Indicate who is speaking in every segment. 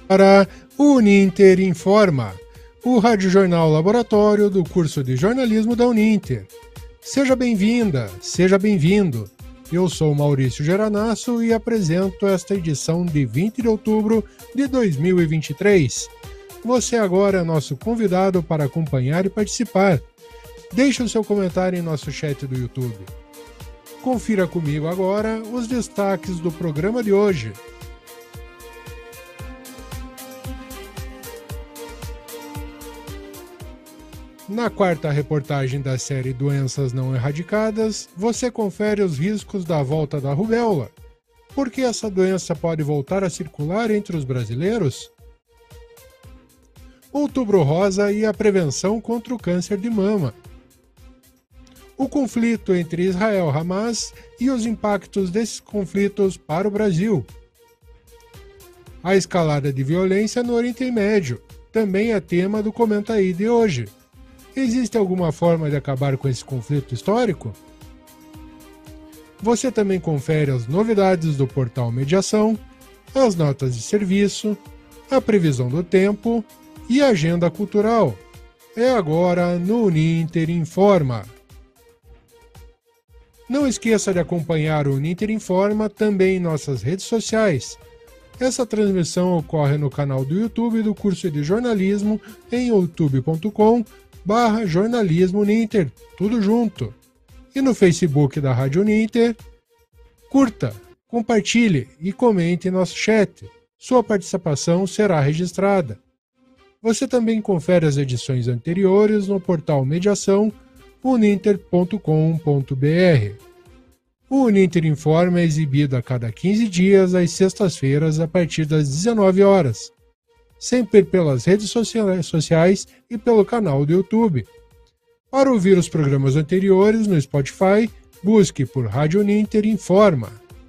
Speaker 1: Para o Uninter Informa, o radiojornal laboratório do curso de jornalismo da Uninter. Seja bem-vinda, seja bem-vindo. Eu sou Maurício Geranasso e apresento esta edição de 20 de outubro de 2023. Você agora é nosso convidado para acompanhar e participar. Deixe o seu comentário em nosso chat do YouTube. Confira comigo agora os destaques do programa de hoje. Na quarta reportagem da série Doenças Não Erradicadas, você confere os riscos da volta da rubéola. Por que essa doença pode voltar a circular entre os brasileiros? Outubro Rosa e a prevenção contra o câncer de mama. O conflito entre Israel e Hamas e os impactos desses conflitos para o Brasil. A escalada de violência no Oriente Médio também é tema do Comenta Aí de hoje. Existe alguma forma de acabar com esse conflito histórico? Você também confere as novidades do portal Mediação, as notas de serviço, a previsão do tempo e a agenda cultural. É agora no Uninter Informa. Não esqueça de acompanhar o Uninter Informa também em nossas redes sociais. Essa transmissão ocorre no canal do YouTube do curso de jornalismo em youtube.com/jornalismo Uninter, tudo junto. E no Facebook da Rádio Uninter, curta, compartilhe e comente em nosso chat. Sua participação será registrada. Você também confere as edições anteriores no portal Mediação uninter.com.br. O Uninter Informa é exibido a cada 15 dias às sextas-feiras a partir das 19 horas. Sempre pelas redes sociais e pelo canal do YouTube. Para ouvir os programas anteriores no Spotify, busque por Rádio Uninter Informa.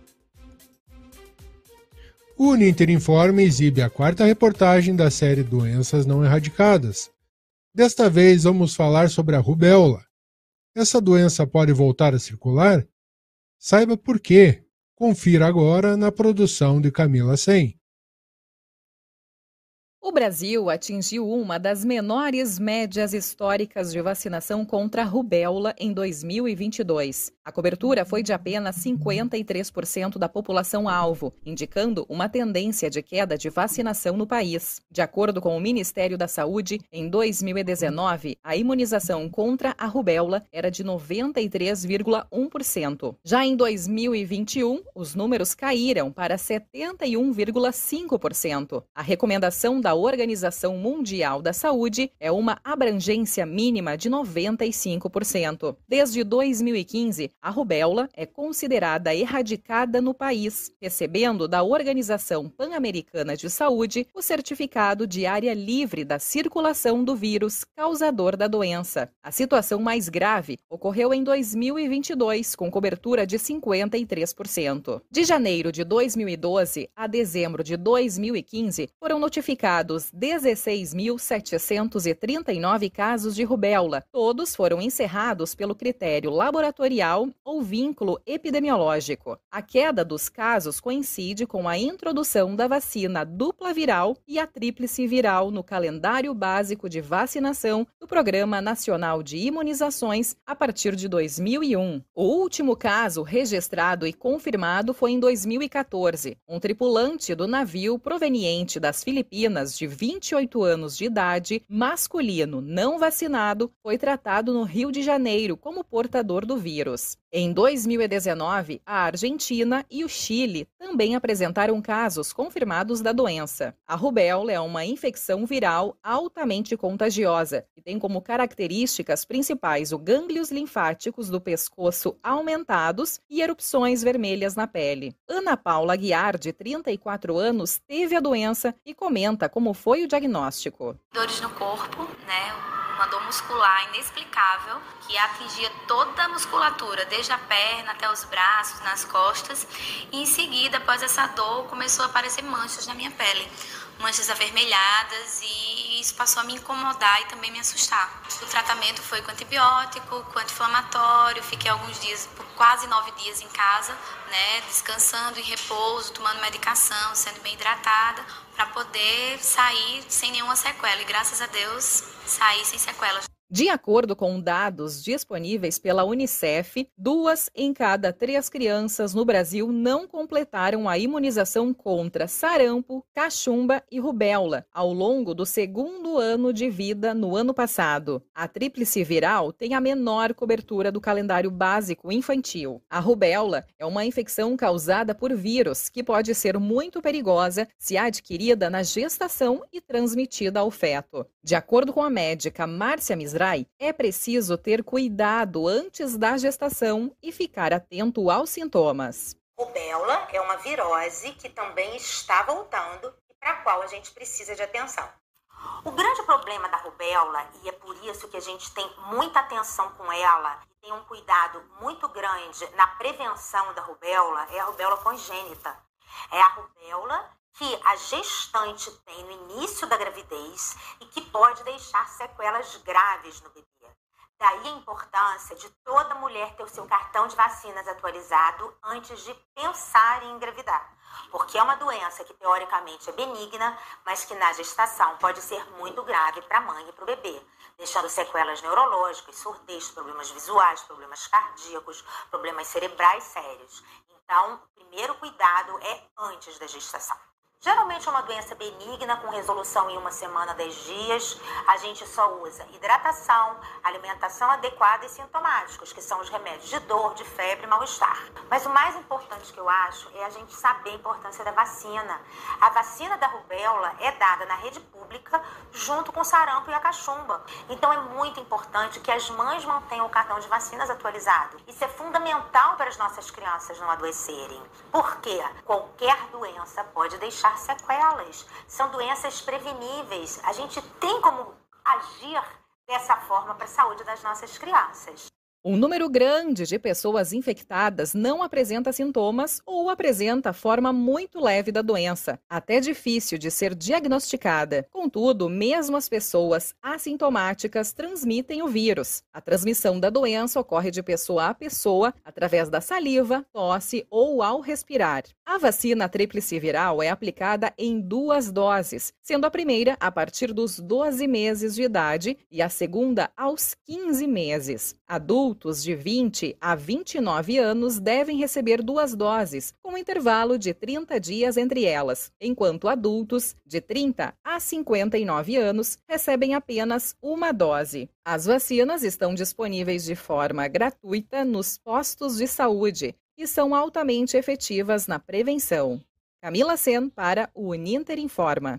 Speaker 1: O Uninter Informa exibe a quarta reportagem da série Doenças Não Erradicadas. Desta vez vamos falar sobre a rubéola. Essa doença pode voltar a circular? Saiba por quê. Confira agora na produção de Camila Sen.
Speaker 2: O Brasil atingiu uma das menores médias históricas de vacinação contra a rubéola em 2022. A cobertura foi de apenas 53% da população-alvo, indicando uma tendência de queda de vacinação no país. De acordo com o Ministério da Saúde, em 2019, a imunização contra a rubéola era de 93,1%. Já em 2021, os números caíram para 71,5%. A recomendação da Organização Mundial da Saúde é uma abrangência mínima de 95%. Desde 2015, a rubéola é considerada erradicada no país, recebendo da Organização Pan-Americana de Saúde o certificado de área livre da circulação do vírus causador da doença. A situação mais grave ocorreu em 2022, com cobertura de 53%. De janeiro de 2012 a dezembro de 2015, foram notificados 16.739 casos de rubéola. Todos foram encerrados pelo critério laboratorial ou vínculo epidemiológico. A queda dos casos coincide com a introdução da vacina dupla viral e a tríplice viral no calendário básico de vacinação do Programa Nacional de Imunizações a partir de 2001. O último caso registrado e confirmado foi em 2014. Um tripulante do navio proveniente das Filipinas de 28 anos de idade, masculino não vacinado, foi tratado no Rio de Janeiro como portador do vírus. Em 2019, a Argentina e o Chile também apresentaram casos confirmados da doença. A rubéola é uma infecção viral altamente contagiosa e tem como características principais os gânglios linfáticos do pescoço aumentados e erupções vermelhas na pele. Ana Paula Aguiar, de 34 anos, teve a doença e comenta como foi o diagnóstico.
Speaker 3: Dores no corpo, né? uma dor muscular inexplicável que atingia toda a musculatura, desde a perna até os braços, nas costas. E em seguida, após essa dor, começou a aparecer manchas na minha pele, manchas avermelhadas, e isso passou a me incomodar e também me assustar. O tratamento foi com antibiótico, com anti-inflamatório, fiquei alguns dias, por quase 9 dias em casa, né, descansando em repouso, tomando medicação, sendo bem hidratada, para poder sair sem nenhuma sequela. E graças a Deus, saí sem sequelas.
Speaker 2: De acordo com dados disponíveis pela Unicef, 2 em cada 3 crianças no Brasil não completaram a imunização contra sarampo, cachumba e rubéola ao longo do 2º ano de vida no ano passado. A tríplice viral tem a menor cobertura do calendário básico infantil. A rubéola é uma infecção causada por vírus que pode ser muito perigosa se adquirida na gestação e transmitida ao feto. De acordo com a médica Márcia Misrai, é preciso ter cuidado antes da gestação e ficar atento aos sintomas.
Speaker 4: Rubéola é uma virose que também está voltando e para a qual a gente precisa de atenção. O grande problema da rubéola, e é por isso que a gente tem muita atenção com ela e tem um cuidado muito grande na prevenção da rubéola, é a rubéola congênita. É a rubéola que a gestante tem no início da gravidez e que pode deixar sequelas graves no bebê. Daí a importância de toda mulher ter o seu cartão de vacinas atualizado antes de pensar em engravidar. Porque é uma doença que teoricamente é benigna, mas que na gestação pode ser muito grave para a mãe e para o bebê, deixando sequelas neurológicas, surdez, problemas visuais, problemas cardíacos, problemas cerebrais sérios. Então, o primeiro cuidado é antes da gestação. Geralmente é uma doença benigna, com resolução em 1 semana, 10 dias. A gente só usa hidratação, alimentação adequada e sintomáticos, que são os remédios de dor, de febre e mal-estar. Mas o mais importante que eu acho é a gente saber a importância da vacina. A vacina da rubéola é dada na rede pública junto com o sarampo e a cachumba. Então é muito importante que as mães mantenham o cartão de vacinas atualizado. Isso é fundamental para as nossas crianças não adoecerem. Porque qualquer doença pode deixar sequelas. São doenças preveníveis. A gente tem como agir dessa forma para a saúde das nossas crianças.
Speaker 2: Um número grande de pessoas infectadas não apresenta sintomas ou apresenta a forma muito leve da doença, até difícil de ser diagnosticada. Contudo, mesmo as pessoas assintomáticas transmitem o vírus. A transmissão da doença ocorre de pessoa a pessoa através da saliva, tosse ou ao respirar. A vacina tríplice viral é aplicada em 2 doses, sendo a primeira a partir dos 12 meses de idade e a segunda aos 15 meses. Adultos de 20 a 29 anos devem receber 2 doses, com intervalo de 30 dias entre elas, enquanto adultos de 30 a 59 anos recebem apenas 1 dose. As vacinas estão disponíveis de forma gratuita nos postos de saúde e são altamente efetivas na prevenção. Camila Sen para o Uninter Informa.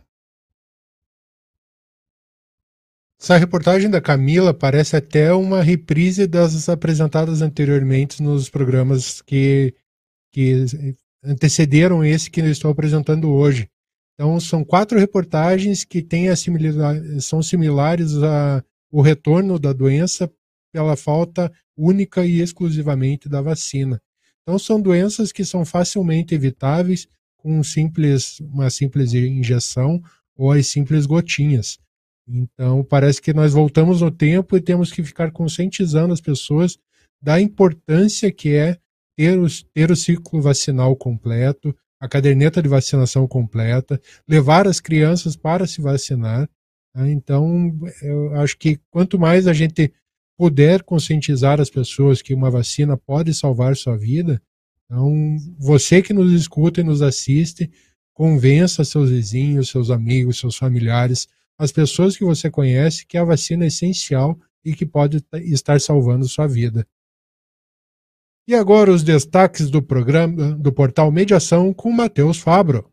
Speaker 1: Essa reportagem da Camila parece até uma reprise das apresentadas anteriormente nos programas que antecederam esse que eu estou apresentando hoje. Então, são 4 reportagens que têm são similares ao retorno da doença pela falta única e exclusivamente da vacina. Então, são doenças que são facilmente evitáveis com uma simples injeção ou as simples gotinhas. Então, parece que nós voltamos no tempo e temos que ficar conscientizando as pessoas da importância que é ter o ciclo vacinal completo, a caderneta de vacinação completa, levar as crianças para se vacinar. Tá? Então, eu acho que quanto mais a gente puder conscientizar as pessoas que uma vacina pode salvar sua vida, então, você que nos escuta e nos assiste, convença seus vizinhos, seus amigos, seus familiares, as pessoas que você conhece, que a vacina é essencial e que pode estar salvando sua vida. E agora os destaques do programa do portal Mediação com Matheus Fabro.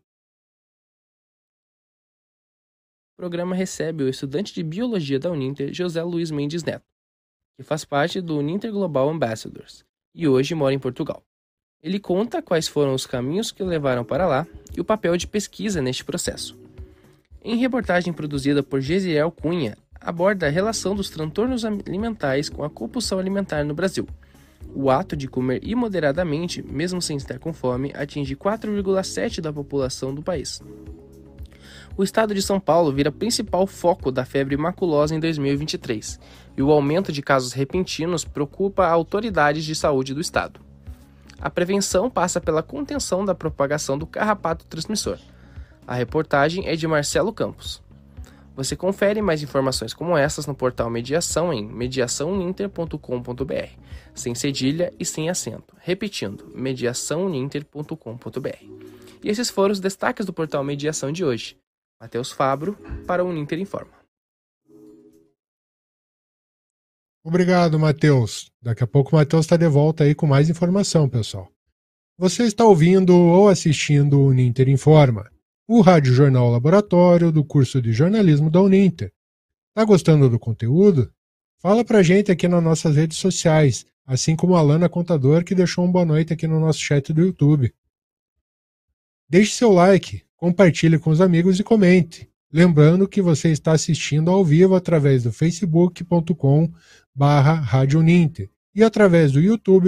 Speaker 5: O programa recebe o estudante de Biologia da Uninter, José Luiz Mendes Neto, que faz parte do Uninter Global Ambassadors e hoje mora em Portugal. Ele conta quais foram os caminhos que o levaram para lá e o papel de pesquisa neste processo. Em reportagem produzida por Gesiel Cunha, aborda a relação dos transtornos alimentares com a compulsão alimentar no Brasil. O ato de comer imoderadamente, mesmo sem estar com fome, atinge 4,7% da população do país. O estado de São Paulo vira principal foco da febre maculosa em 2023, e o aumento de casos repentinos preocupa autoridades de saúde do estado. A prevenção passa pela contenção da propagação do carrapato transmissor. A reportagem é de Marcelo Campos. Você confere mais informações como essas no portal Mediação em mediaçãouninter.com.br, sem cedilha e sem acento. Repetindo, mediaçãouninter.com.br. E esses foram os destaques do portal Mediação de hoje. Matheus Fabro, para o Uninter Informa.
Speaker 1: Obrigado, Matheus. Daqui a pouco o Matheus está de volta aí com mais informação, pessoal. Você está ouvindo ou assistindo o Uninter Informa, o Rádio Jornal Laboratório do curso de jornalismo da Uninter. Tá gostando do conteúdo? Fala pra gente aqui nas nossas redes sociais, assim como a Alana Contador, que deixou uma boa noite aqui no nosso chat do YouTube. Deixe seu like, compartilhe com os amigos e comente. Lembrando que você está assistindo ao vivo através do facebook.com/Rádio Uninter e através do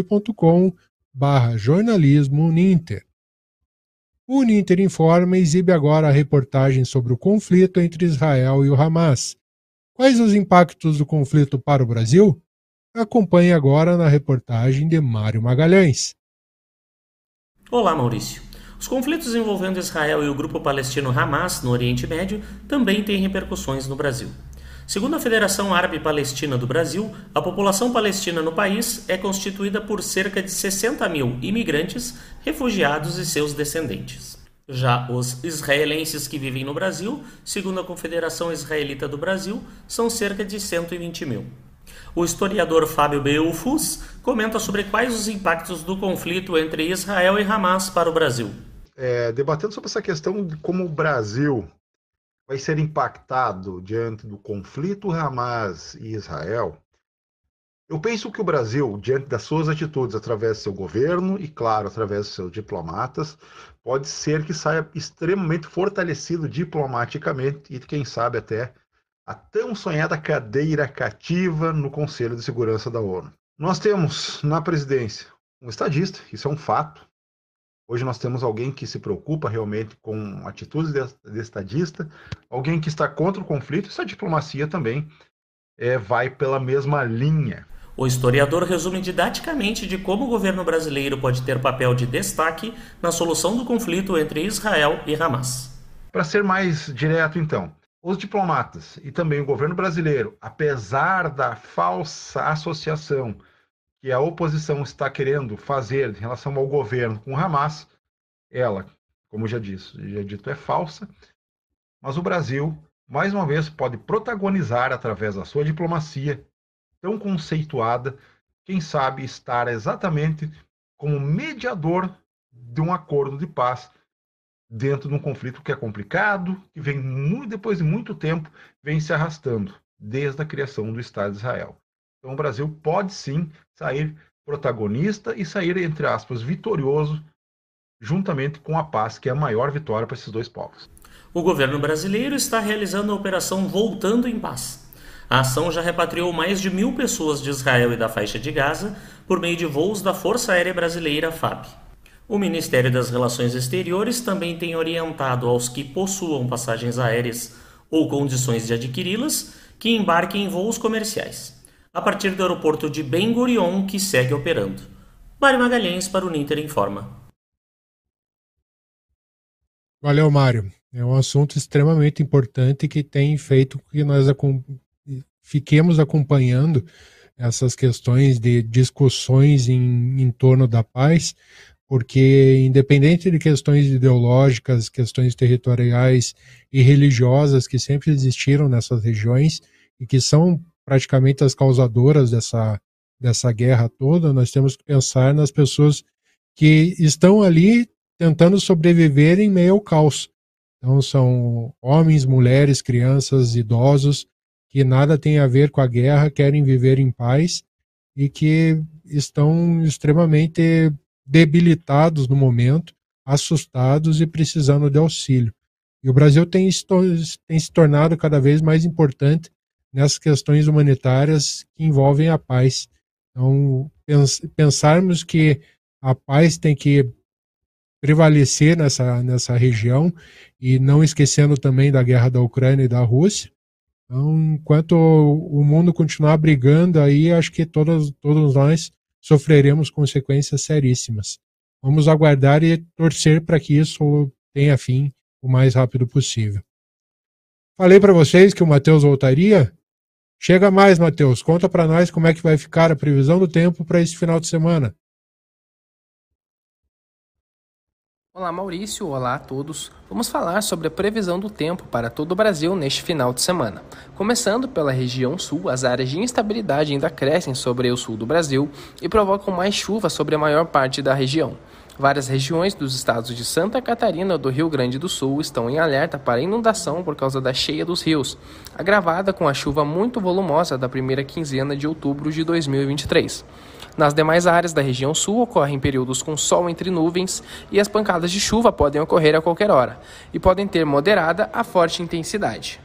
Speaker 1: youtube.com/Jornalismo Uninter. O Uninter Informa exibe agora a reportagem sobre o conflito entre Israel e o Hamas. Quais os impactos do conflito para o Brasil? Acompanhe agora na reportagem de Mário Magalhães.
Speaker 6: Olá, Maurício. Os conflitos envolvendo Israel e o grupo palestino Hamas no Oriente Médio também têm repercussões no Brasil. Segundo a Federação Árabe Palestina do Brasil, a população palestina no país é constituída por cerca de 60 mil imigrantes, refugiados e seus descendentes. Já os israelenses que vivem no Brasil, segundo a Confederação Israelita do Brasil, são cerca de 120 mil. O historiador Fábio Beufus comenta sobre quais os impactos do conflito entre Israel e Hamas para o Brasil.
Speaker 7: Debatendo sobre essa questão de como o Brasil vai ser impactado diante do conflito Hamas e Israel, eu penso que o Brasil, diante das suas atitudes através do seu governo e, claro, através dos seus diplomatas, pode ser que saia extremamente fortalecido diplomaticamente e, quem sabe, até a tão sonhada cadeira cativa no Conselho de Segurança da ONU. Nós temos na presidência um estadista, isso é um fato. Hoje nós temos alguém que se preocupa realmente com atitudes de estadista, alguém que está contra o conflito, essa diplomacia também vai pela mesma linha.
Speaker 6: O historiador resume didaticamente de como o governo brasileiro pode ter papel de destaque na solução do conflito entre Israel e Hamas.
Speaker 7: Para ser mais direto, então, os diplomatas e também o governo brasileiro, apesar da falsa associação que a oposição está querendo fazer em relação ao governo com o Hamas, ela, como já dito, é falsa, mas o Brasil, mais uma vez, pode protagonizar através da sua diplomacia tão conceituada, quem sabe estar exatamente como mediador de um acordo de paz dentro de um conflito que é complicado, que vem depois de muito tempo, vem se arrastando desde a criação do Estado de Israel. Então o Brasil pode sim sair protagonista e sair, entre aspas, vitorioso, juntamente com a paz, que é a maior vitória para esses dois povos.
Speaker 6: O governo brasileiro está realizando a operação Voltando em Paz. A ação já repatriou mais de 1.000 pessoas de Israel e da faixa de Gaza por meio de voos da Força Aérea Brasileira, FAB. O Ministério das Relações Exteriores também tem orientado aos que possuam passagens aéreas ou condições de adquiri-las que embarquem em voos comerciais, a partir do aeroporto de Ben Gurion, que segue operando. Mário Magalhães para o Uninter Informa.
Speaker 1: Valeu, Mário. É um assunto extremamente importante que tem feito que nós fiquemos acompanhando essas questões de discussões em torno da paz, porque independente de questões ideológicas, questões territoriais e religiosas que sempre existiram nessas regiões e que são praticamente as causadoras dessa guerra toda, nós temos que pensar nas pessoas que estão ali tentando sobreviver em meio ao caos. Então são homens, mulheres, crianças, idosos, que nada tem a ver com a guerra, querem viver em paz e que estão extremamente debilitados no momento, assustados e precisando de auxílio. E o Brasil tem se tornado cada vez mais importante nessas questões humanitárias que envolvem a paz. Então, pensarmos que a paz tem que prevalecer nessa região, e não esquecendo também da guerra da Ucrânia e da Rússia. Então, enquanto o mundo continuar brigando aí, acho que todos nós sofreremos consequências seríssimas. Vamos aguardar e torcer para que isso tenha fim o mais rápido possível. Falei para vocês que o Matheus voltaria. Chega mais, Matheus. Conta para nós como é que vai ficar a previsão do tempo para esse final de semana.
Speaker 5: Olá, Maurício. Olá a todos. Vamos falar sobre a previsão do tempo para todo o Brasil neste final de semana. Começando pela região sul, as áreas de instabilidade ainda crescem sobre o sul do Brasil e provocam mais chuva sobre a maior parte da região. Várias regiões dos estados de Santa Catarina e do Rio Grande do Sul estão em alerta para inundação por causa da cheia dos rios, agravada com a chuva muito volumosa da primeira quinzena de outubro de 2023. Nas demais áreas da região sul ocorrem períodos com sol entre nuvens e as pancadas de chuva podem ocorrer a qualquer hora e podem ter moderada a forte intensidade.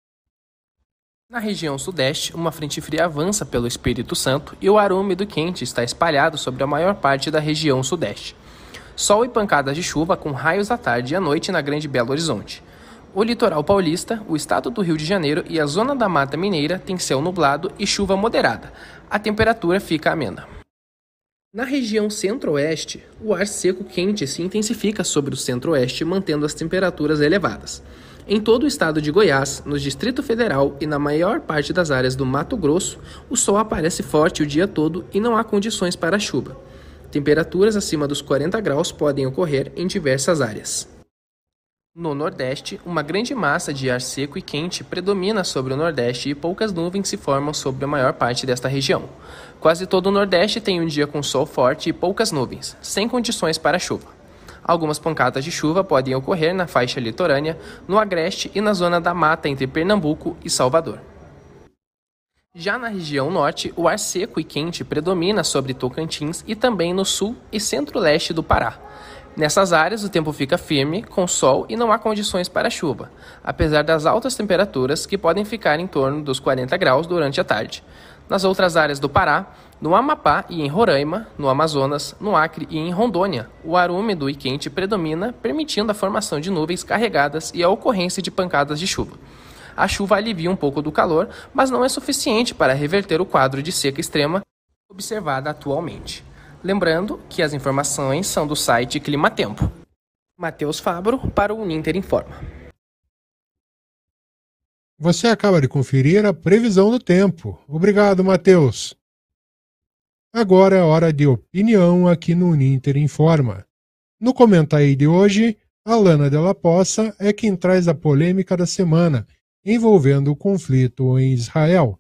Speaker 5: Na região sudeste, uma frente fria avança pelo Espírito Santo e o ar úmido quente está espalhado sobre a maior parte da região sudeste. Sol e pancadas de chuva com raios à tarde e à noite na Grande Belo Horizonte. O litoral paulista, o estado do Rio de Janeiro e a zona da Mata Mineira têm céu nublado e chuva moderada. A temperatura fica amena. Na região centro-oeste, o ar seco quente se intensifica sobre o centro-oeste, mantendo as temperaturas elevadas. Em todo o estado de Goiás, no Distrito Federal e na maior parte das áreas do Mato Grosso, o sol aparece forte o dia todo e não há condições para chuva. Temperaturas acima dos 40 graus podem ocorrer em diversas áreas. No Nordeste, uma grande massa de ar seco e quente predomina sobre o Nordeste e poucas nuvens se formam sobre a maior parte desta região. Quase todo o Nordeste tem um dia com sol forte e poucas nuvens, sem condições para chuva. Algumas pancadas de chuva podem ocorrer na faixa litorânea, no Agreste e na zona da mata entre Pernambuco e Salvador. Já na região norte, o ar seco e quente predomina sobre Tocantins e também no sul e centro-leste do Pará. Nessas áreas, o tempo fica firme, com sol e não há condições para chuva, apesar das altas temperaturas que podem ficar em torno dos 40 graus durante a tarde. Nas outras áreas do Pará, no Amapá e em Roraima, no Amazonas, no Acre e em Rondônia, o ar úmido e quente predomina, permitindo a formação de nuvens carregadas e a ocorrência de pancadas de chuva. A chuva alivia um pouco do calor, mas não é suficiente para reverter o quadro de seca extrema observada atualmente. Lembrando que as informações são do site Climatempo. Matheus Fabro para o Uninter Informa.
Speaker 1: Você acaba de conferir a previsão do tempo. Obrigado, Matheus. Agora é hora de opinião aqui no Uninter Informa. No comentário de hoje, Alana Della Poça é quem traz a polêmica da semana, envolvendo o conflito em Israel.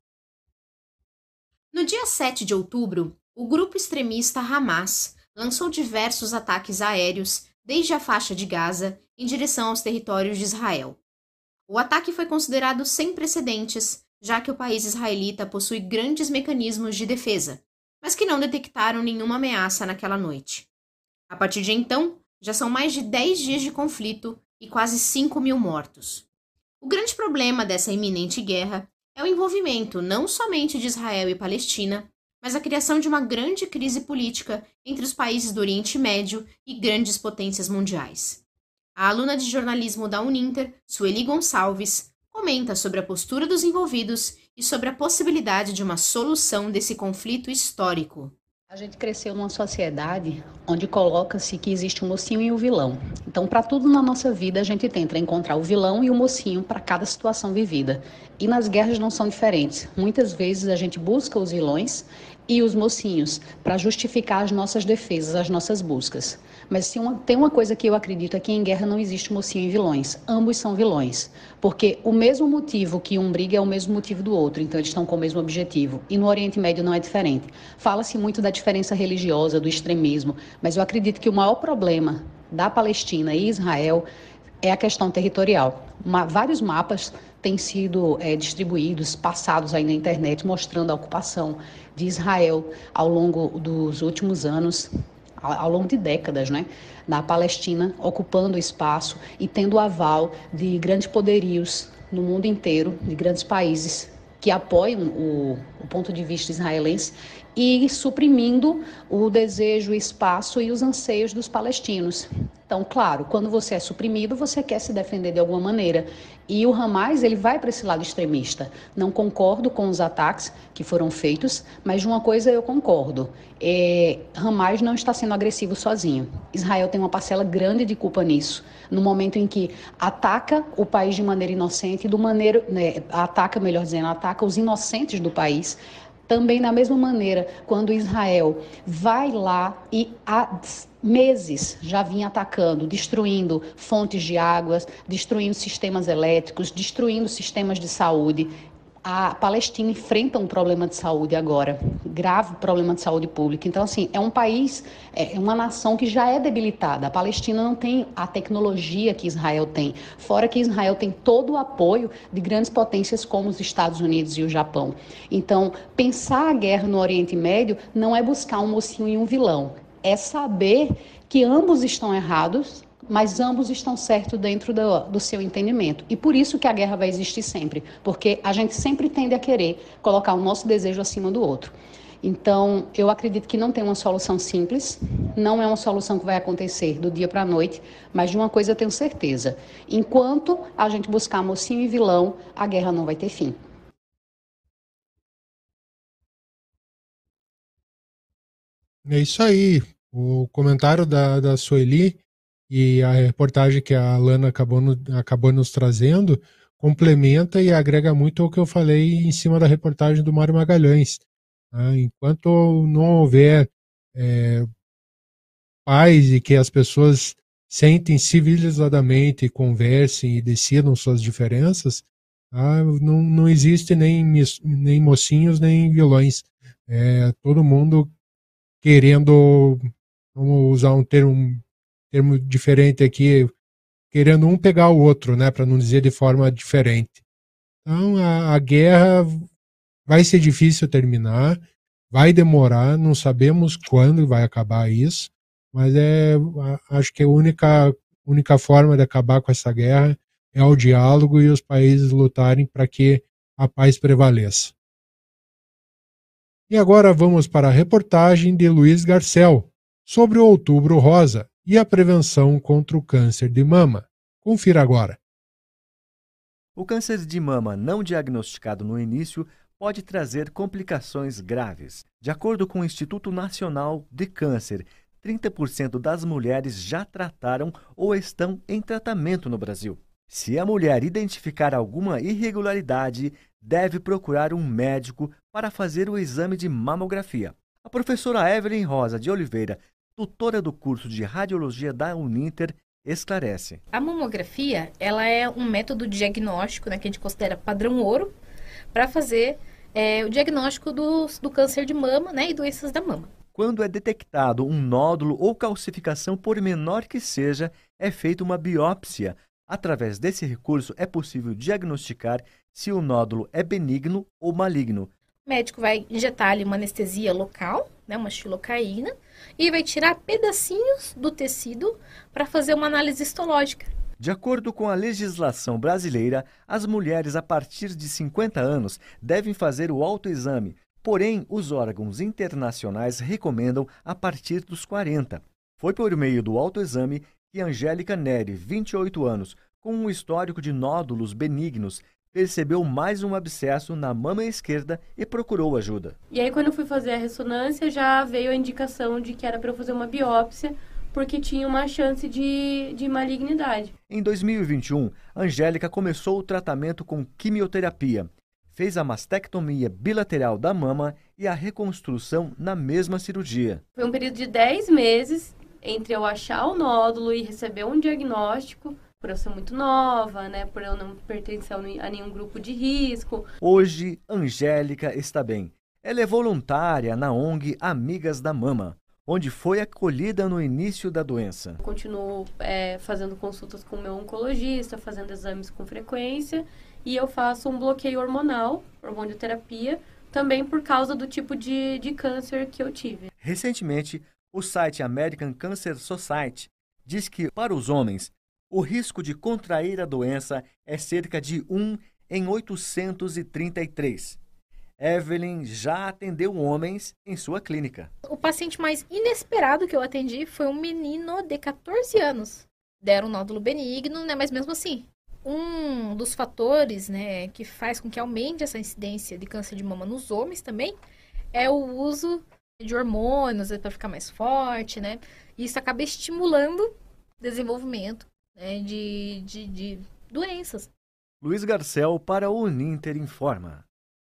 Speaker 8: No dia 7 de outubro, o grupo extremista Hamas lançou diversos ataques aéreos desde a faixa de Gaza em direção aos territórios de Israel. O ataque foi considerado sem precedentes, já que o país israelita possui grandes mecanismos de defesa, mas que não detectaram nenhuma ameaça naquela noite. A partir de então, já são mais de 10 dias de conflito e quase 5.000 mortos. O grande problema dessa iminente guerra é o envolvimento não somente de Israel e Palestina, mas a criação de uma grande crise política entre os países do Oriente Médio e grandes potências mundiais. A aluna de jornalismo da Uninter, Sueli Gonçalves, comenta sobre a postura dos envolvidos e sobre a possibilidade de uma solução desse conflito histórico.
Speaker 9: A gente cresceu numa sociedade onde coloca-se que existe um mocinho e um vilão. Então, para tudo na nossa vida, a gente tenta encontrar o vilão e o mocinho para cada situação vivida. E nas guerras não são diferentes. Muitas vezes a gente busca os vilões e os mocinhos para justificar as nossas defesas, as nossas buscas. Mas se tem uma coisa que eu acredito é que em guerra não existe mocinho e vilões. Ambos são vilões. Porque o mesmo motivo que um briga é o mesmo motivo do outro. Então eles estão com o mesmo objetivo. E no Oriente Médio não é diferente. Fala-se muito da diferença religiosa, do extremismo. Mas eu acredito que o maior problema da Palestina e Israel é a questão territorial. Vários mapas têm sido distribuídos, passados aí na internet, mostrando a ocupação de Israel ao longo dos últimos anos, ao longo de décadas, né, na Palestina, ocupando espaço e tendo o aval de grandes poderios no mundo inteiro, de grandes países que apoiam o ponto de vista israelense e suprimindo o desejo, o espaço e os anseios dos palestinos. Então, claro, quando você é suprimido, você quer se defender de alguma maneira. E o Hamas, ele vai para esse lado extremista. Não concordo com os ataques que foram feitos, mas de uma coisa eu concordo. Hamas não está sendo agressivo sozinho. Israel tem uma parcela grande de culpa nisso. No momento em que ataca o país de maneira inocente, ataca os inocentes do país. Também da mesma maneira, quando Israel vai lá e há meses já vinha atacando, destruindo fontes de águas, destruindo sistemas elétricos, destruindo sistemas de saúde. A Palestina enfrenta um problema de saúde agora, grave problema de saúde pública. Então, assim, é um país, é uma nação que já é debilitada. A Palestina não tem a tecnologia que Israel tem, fora que Israel tem todo o apoio de grandes potências como os Estados Unidos e o Japão. Então, pensar a guerra no Oriente Médio não é buscar um mocinho e um vilão, é saber que ambos estão errados, mas ambos estão certos dentro do seu entendimento. E por isso que a guerra vai existir sempre, porque a gente sempre tende a querer colocar o nosso desejo acima do outro. Então, eu acredito que não tem uma solução simples, não é uma solução que vai acontecer do dia para a noite, mas de uma coisa eu tenho certeza: enquanto a gente buscar mocinho e vilão, a guerra não vai ter fim.
Speaker 1: É isso aí. O comentário da Sueli e a reportagem que a Alana acabou nos trazendo complementa e agrega muito ao que eu falei em cima da reportagem do Mário Magalhães. Enquanto não houver paz e que as pessoas sentem civilizadamente, conversem e decidam suas diferenças, não existe nem mocinhos nem vilões. Todo mundo querendo, vamos usar um termo diferente aqui, querendo um pegar o outro, né, para não dizer de forma diferente. Então a guerra vai ser difícil terminar, vai demorar, não sabemos quando vai acabar isso, mas acho que a única forma de acabar com essa guerra é o diálogo e os países lutarem para que a paz prevaleça. E agora vamos para a reportagem de Luiz Garcel sobre o Outubro Rosa e a prevenção contra o câncer de mama. Confira agora.
Speaker 10: O câncer de mama não diagnosticado no início pode trazer complicações graves. De acordo com o Instituto Nacional de Câncer, 30% das mulheres já trataram ou estão em tratamento no Brasil. Se a mulher identificar alguma irregularidade, deve procurar um médico para fazer o exame de mamografia. A professora Evelyn Rosa de Oliveira, tutora do curso de Radiologia da Uninter, esclarece.
Speaker 11: A mamografia, ela é um método diagnóstico, né, que a gente considera padrão ouro, para fazer o diagnóstico do câncer de mama, né, e doenças da mama.
Speaker 10: Quando é detectado um nódulo ou calcificação, por menor que seja, é feita uma biópsia. Através desse recurso, é possível diagnosticar se o nódulo é benigno ou maligno.
Speaker 11: O médico vai injetar ali uma anestesia local, né, uma xilocaína, e vai tirar pedacinhos do tecido para fazer uma análise histológica.
Speaker 10: De acordo com a legislação brasileira, as mulheres a partir de 50 anos devem fazer o autoexame. Porém, os órgãos internacionais recomendam a partir dos 40. Foi por meio do autoexame que Angélica Neri, 28 anos, com um histórico de nódulos benignos, percebeu mais um abscesso na mama esquerda e procurou ajuda.
Speaker 12: E aí, quando eu fui fazer a ressonância, já veio a indicação de que era para eu fazer uma biópsia, porque tinha uma chance de malignidade.
Speaker 10: Em 2021, Angélica começou o tratamento com quimioterapia. Fez a mastectomia bilateral da mama e a reconstrução na mesma cirurgia.
Speaker 12: Foi um período de 10 meses entre eu achar o nódulo e receber um diagnóstico, por eu ser muito nova, né, por eu não pertencer a nenhum grupo de risco.
Speaker 10: Hoje, Angélica está bem. Ela é voluntária na ONG Amigas da Mama, onde foi acolhida no início da doença.
Speaker 12: Continuo fazendo consultas com o meu oncologista, fazendo exames com frequência, e eu faço um bloqueio hormonal, hormonioterapia, também por causa do tipo de câncer que eu tive.
Speaker 10: Recentemente, o site American Cancer Society diz que, para os homens, o risco de contrair a doença é cerca de 1 em 833. Evelyn já atendeu homens em sua clínica.
Speaker 11: O paciente mais inesperado que eu atendi foi um menino de 14 anos. Deram um nódulo benigno, né? Mas mesmo assim, um dos fatores, né, que faz com que aumente essa incidência de câncer de mama nos homens também é o uso de hormônios para ficar mais forte, né? E isso acaba estimulando o desenvolvimento, né, de doenças.
Speaker 10: Luiz Garcel para o Uninter Informa.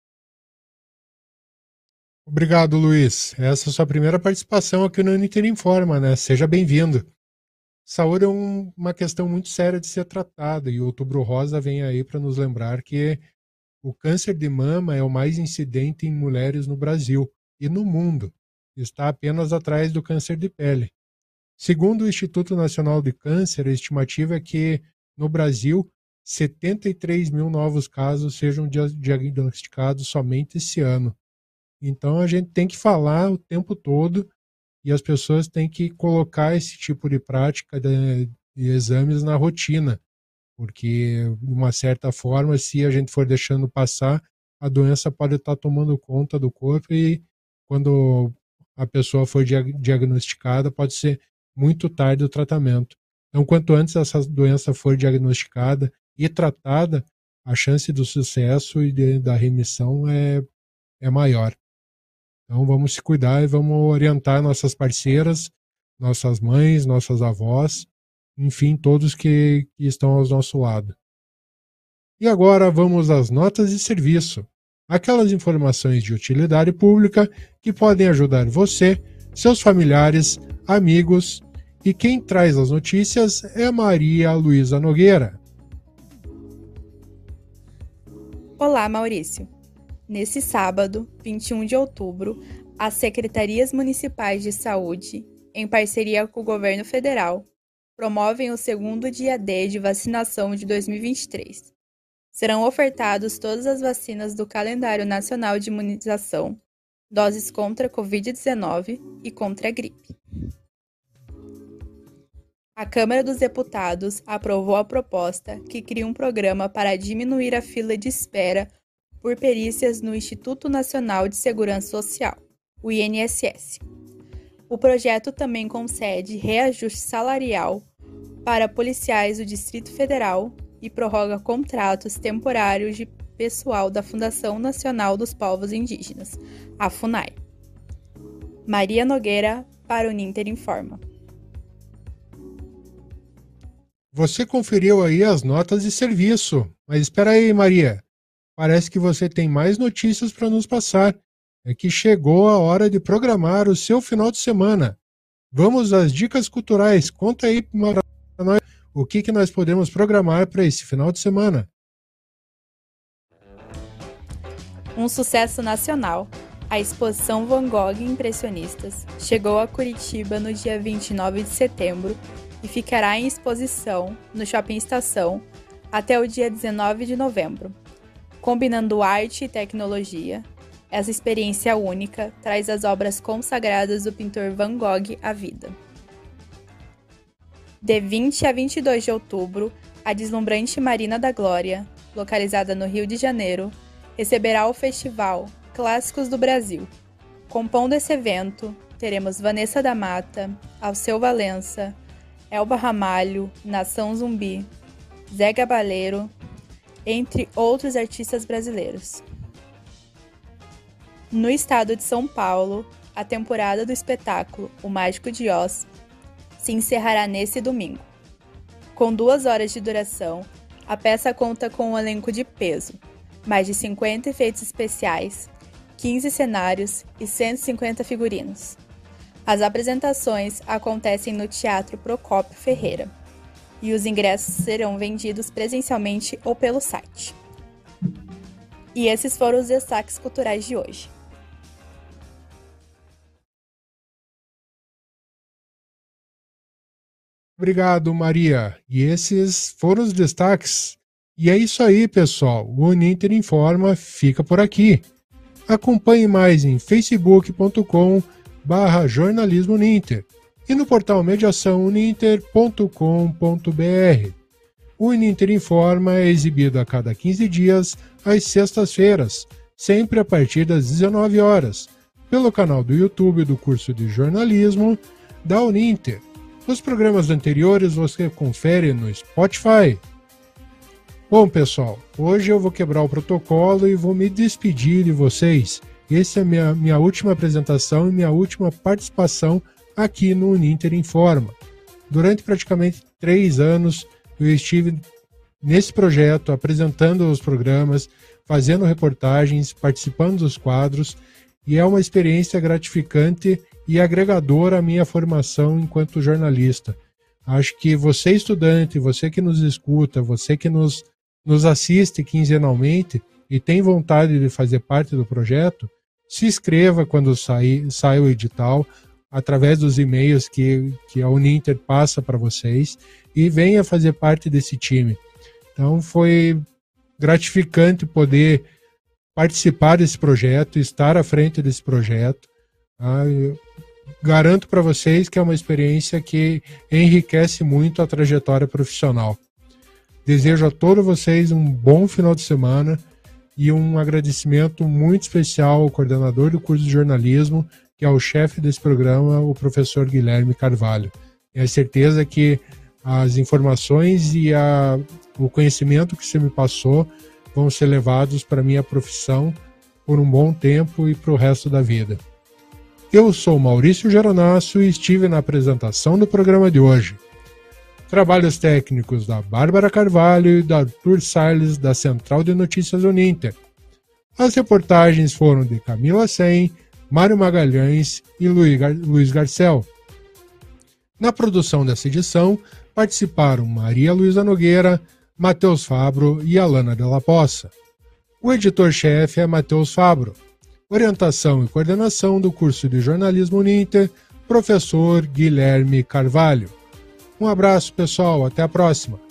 Speaker 1: Obrigado, Luiz. Essa é a sua primeira participação aqui no Uninter Informa, né? Seja bem-vindo. Saúde é uma questão muito séria de ser tratada e o Outubro Rosa vem aí para nos lembrar que o câncer de mama é o mais incidente em mulheres no Brasil e no mundo. Está apenas atrás do câncer de pele. Segundo o Instituto Nacional de Câncer, a estimativa é que no Brasil 73 mil novos casos sejam diagnosticados somente esse ano. Então a gente tem que falar o tempo todo e as pessoas têm que colocar esse tipo de prática de exames na rotina, porque de uma certa forma, se a gente for deixando passar, a doença pode estar tomando conta do corpo e quando a pessoa for diagnosticada pode ser muito tarde o tratamento. Então quanto antes essa doença for diagnosticada e tratada, a chance do sucesso e da remissão é maior. Então vamos se cuidar e vamos orientar nossas parceiras, nossas mães, nossas avós, enfim, todos que estão ao nosso lado. E agora vamos às notas de serviço. Aquelas informações de utilidade pública que podem ajudar você, seus familiares, amigos, e quem traz as notícias é Maria Luísa Nogueira.
Speaker 13: Olá, Maurício. Nesse sábado, 21 de outubro, as Secretarias Municipais de Saúde, em parceria com o Governo Federal, promovem o segundo dia D de vacinação de 2023. Serão ofertados todas as vacinas do Calendário Nacional de Imunização, doses contra a Covid-19 e contra a gripe. A Câmara dos Deputados aprovou a proposta que cria um programa para diminuir a fila de espera por perícias no Instituto Nacional de Segurança Social, o INSS. O projeto também concede reajuste salarial para policiais do Distrito Federal e prorroga contratos temporários de pessoal da Fundação Nacional dos Povos Indígenas, a FUNAI. Maria Nogueira para o Uninter Informa.
Speaker 1: Você conferiu aí as notas de serviço, mas espera aí, Maria. Parece que você tem mais notícias para nos passar. É que chegou a hora de programar o seu final de semana. Vamos às dicas culturais. Conta aí para nós o que nós podemos programar para esse final de semana.
Speaker 13: Um sucesso nacional, a exposição Van Gogh Impressionistas chegou a Curitiba no dia 29 de setembro e ficará em exposição no Shopping Estação até o dia 19 de novembro. Combinando arte e tecnologia, essa experiência única traz as obras consagradas do pintor Van Gogh à vida. De 20 a 22 de outubro, a deslumbrante Marina da Glória, localizada no Rio de Janeiro, receberá o festival Clássicos do Brasil. Compondo esse evento, teremos Vanessa da Mata, Alceu Valença, Elba Ramalho, Nação Zumbi, Zé Gabaleiro, entre outros artistas brasileiros. No estado de São Paulo, a temporada do espetáculo O Mágico de Oz se encerrará nesse domingo. Com 2 horas de duração, a peça conta com um elenco de peso, mais de 50 efeitos especiais, 15 cenários e 150 figurinos. As apresentações acontecem no Teatro Procópio Ferreira e os ingressos serão vendidos presencialmente ou pelo site. E esses foram os destaques culturais de hoje.
Speaker 1: Obrigado, Maria. E esses foram os destaques. E é isso aí, pessoal. O Uninter Informa fica por aqui. Acompanhe mais em facebook.com/jornalismo Uninter e no portal mediaçãouninter.com.br. O Uninter Informa é exibido a cada 15 dias, às sextas-feiras, sempre a partir das 19 horas, pelo canal do YouTube do curso de jornalismo da Uninter. Os programas anteriores você confere no Spotify. Bom, pessoal, hoje eu vou quebrar o protocolo e vou me despedir de vocês. Essa é a minha última apresentação e minha última participação aqui no Uninter Informa. Durante praticamente 3 anos, eu estive nesse projeto, apresentando os programas, fazendo reportagens, participando dos quadros, e é uma experiência gratificante e agregadora à minha formação enquanto jornalista. Acho que você, estudante, você que nos escuta, você que nos assiste quinzenalmente e tem vontade de fazer parte do projeto, se inscreva quando sai o edital, através dos e-mails que a Uninter passa para vocês, e venha fazer parte desse time. Então foi gratificante poder participar desse projeto, estar à frente desse projeto. Eu garanto para vocês que é uma experiência que enriquece muito a trajetória profissional. Desejo a todos vocês um bom final de semana e um agradecimento muito especial ao coordenador do curso de jornalismo, que é o chefe desse programa, o professor Guilherme Carvalho. Tenho certeza que as informações e o conhecimento que você me passou vão ser levados para a minha profissão por um bom tempo e para o resto da vida. Eu sou Maurício Geronasso e estive na apresentação do programa de hoje. Trabalhos técnicos da Bárbara Carvalho e da Arthur Salles, da Central de Notícias Uninter. As reportagens foram de Camila Sen, Mário Magalhães e Luiz Garcel. Na produção dessa edição participaram Maria Luísa Nogueira, Matheus Fabro e Alana Della Poça. O editor-chefe é Matheus Fabro. Orientação e coordenação do curso de jornalismo Uninter, professor Guilherme Carvalho. Um abraço, pessoal. Até a próxima.